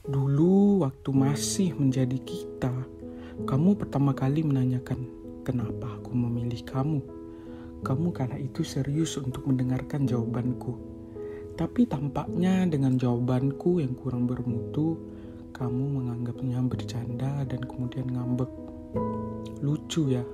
Dulu waktu masih menjadi kita, kamu pertama kali menanyakan kenapa aku memilih kamu. Kamu kala itu serius untuk mendengarkan jawabanku. Tapi tampaknya dengan jawabanku yang kurang bermutu, kamu menganggapnya bercanda dan kemudian ngambek. Lucu ya?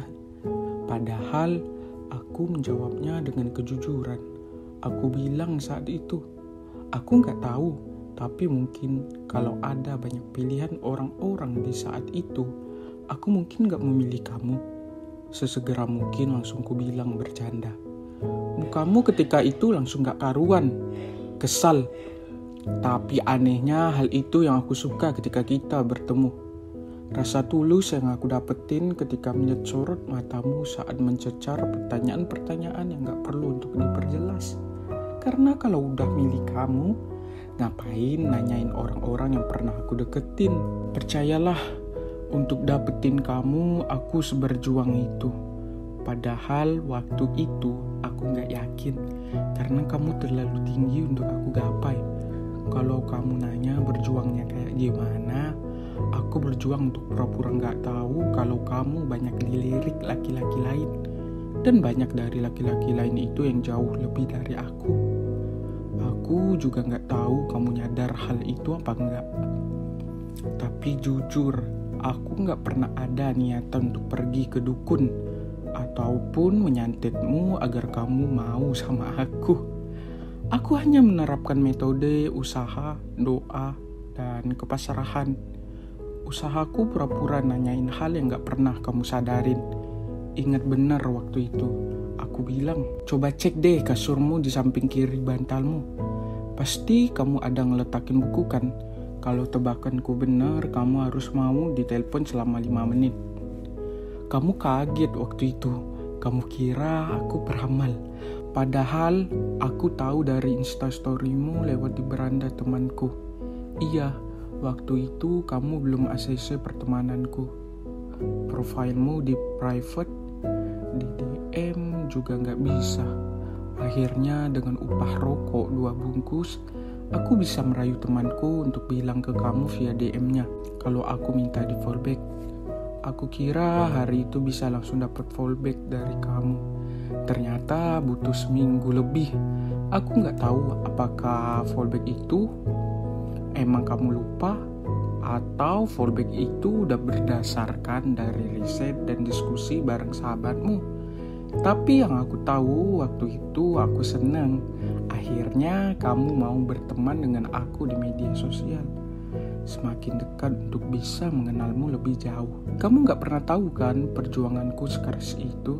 Padahal aku menjawabnya dengan kejujuran. Aku bilang saat itu, aku gak tahu. Tapi mungkin kalau ada banyak pilihan orang-orang di saat itu, aku mungkin gak memilih kamu. Sesegera mungkin langsung ku bilang bercanda. Mukamu ketika itu langsung gak karuan, kesal. Tapi anehnya hal itu yang aku suka ketika kita bertemu. Rasa tulus yang aku dapetin ketika melihat sorot matamu saat mencecar pertanyaan-pertanyaan yang gak perlu untuk diperjelas. Karena kalau udah milih kamu, ngapain nanyain orang-orang yang pernah aku deketin? Percayalah, untuk dapetin kamu aku seberjuang itu. Padahal waktu itu aku gak yakin, karena kamu terlalu tinggi untuk aku gapai. Kalau kamu nanya berjuangnya kayak gimana, aku berjuang untuk pura-pura gak tahu kalau kamu banyak dilirik laki-laki lain. Dan banyak dari laki-laki lain itu yang jauh lebih dari aku. Aku juga gak tahu kamu nyadar hal itu apa enggak. Tapi jujur, aku gak pernah ada niatan untuk pergi ke dukun ataupun menyantetmu agar kamu mau sama aku. Aku hanya menerapkan metode usaha, doa, dan kepasrahan. Usahaku pura-pura nanyain hal yang gak pernah kamu sadarin. Ingat benar waktu itu, aku bilang, coba cek deh kasurmu di samping kiri bantalmu. Pasti kamu ada ngeletakin buku kan? Kalau tebakanku benar, kamu harus mau ditelepon selama 5 menit. Kamu kaget waktu itu. Kamu kira aku peramal. Padahal aku tahu dari instastorymu lewat di beranda temanku. Iya, waktu itu kamu belum ACC pertemananku. Profilmu di private, di DM juga gak bisa. Akhirnya dengan upah rokok 2 bungkus, aku bisa merayu temanku untuk bilang ke kamu via DM-nya kalau aku minta di fallback. Aku kira hari itu bisa langsung dapat fallback dari kamu. Ternyata butuh seminggu lebih. Aku gak tahu apakah fallback itu emang kamu lupa atau fallback itu udah berdasarkan dari riset dan diskusi bareng sahabatmu. Tapi yang aku tahu waktu itu aku senang. Akhirnya kamu mau berteman dengan aku di media sosial. Semakin dekat untuk bisa mengenalmu lebih jauh. Kamu gak pernah tahu kan perjuanganku sekeras itu?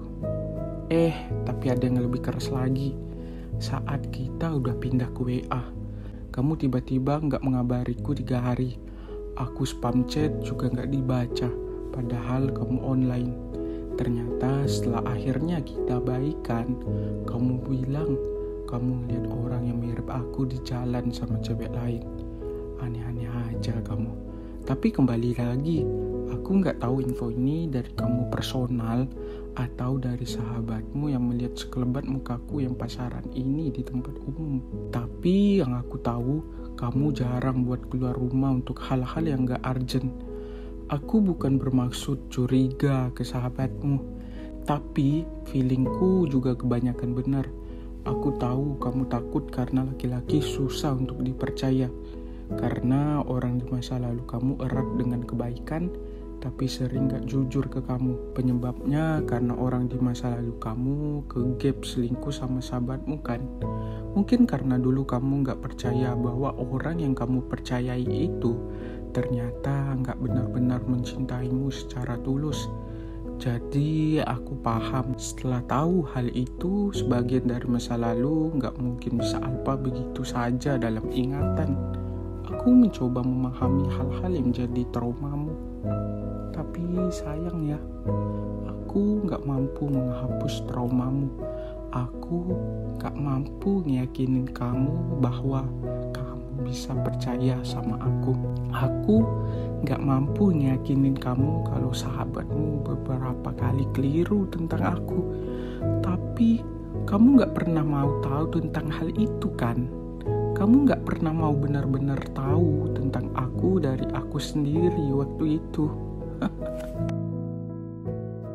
Tapi ada yang lebih keras lagi. Saat kita udah pindah ke WA, kamu tiba-tiba gak mengabariku 3 hari. Aku spam chat juga gak dibaca, padahal kamu online. Ternyata setelah akhirnya kita baikan, kamu bilang kamu lihat orang yang mirip aku di jalan sama cewek lain. Aneh-aneh aja kamu. Tapi kembali lagi, aku gak tahu info ini dari kamu personal atau dari sahabatmu yang melihat sekelebat mukaku yang pasaran ini di tempat umum. Tapi yang aku tahu, kamu jarang buat keluar rumah untuk hal-hal yang gak urgent. Aku bukan bermaksud curiga ke sahabatmu, tapi feelingku juga kebanyakan benar. Aku tahu kamu takut karena laki-laki susah untuk dipercaya. Karena orang di masa lalu kamu erat dengan kebaikan, tapi sering gak jujur ke kamu. Penyebabnya karena orang di masa lalu kamu kegap selingkuh sama sahabatmu kan. Mungkin karena dulu kamu gak percaya bahwa orang yang kamu percayai itu ternyata gak benar-benar mencintaimu secara tulus. Jadi aku paham, setelah tahu hal itu, sebagian dari masa lalu gak mungkin bisa alpa begitu saja dalam ingatan. Aku mencoba memahami hal-hal yang menjadi traumamu. Tapi sayang ya, aku gak mampu menghapus traumamu. Aku gak mampu ngeyakinin kamu bahwa kamu bisa percaya sama aku. Aku gak mampu ngeyakinin kamu kalau sahabatmu beberapa kali keliru tentang aku. Tapi kamu gak pernah mau tahu tentang hal itu kan? Kamu gak pernah mau benar-benar tahu tentang aku aku dari aku sendiri waktu itu.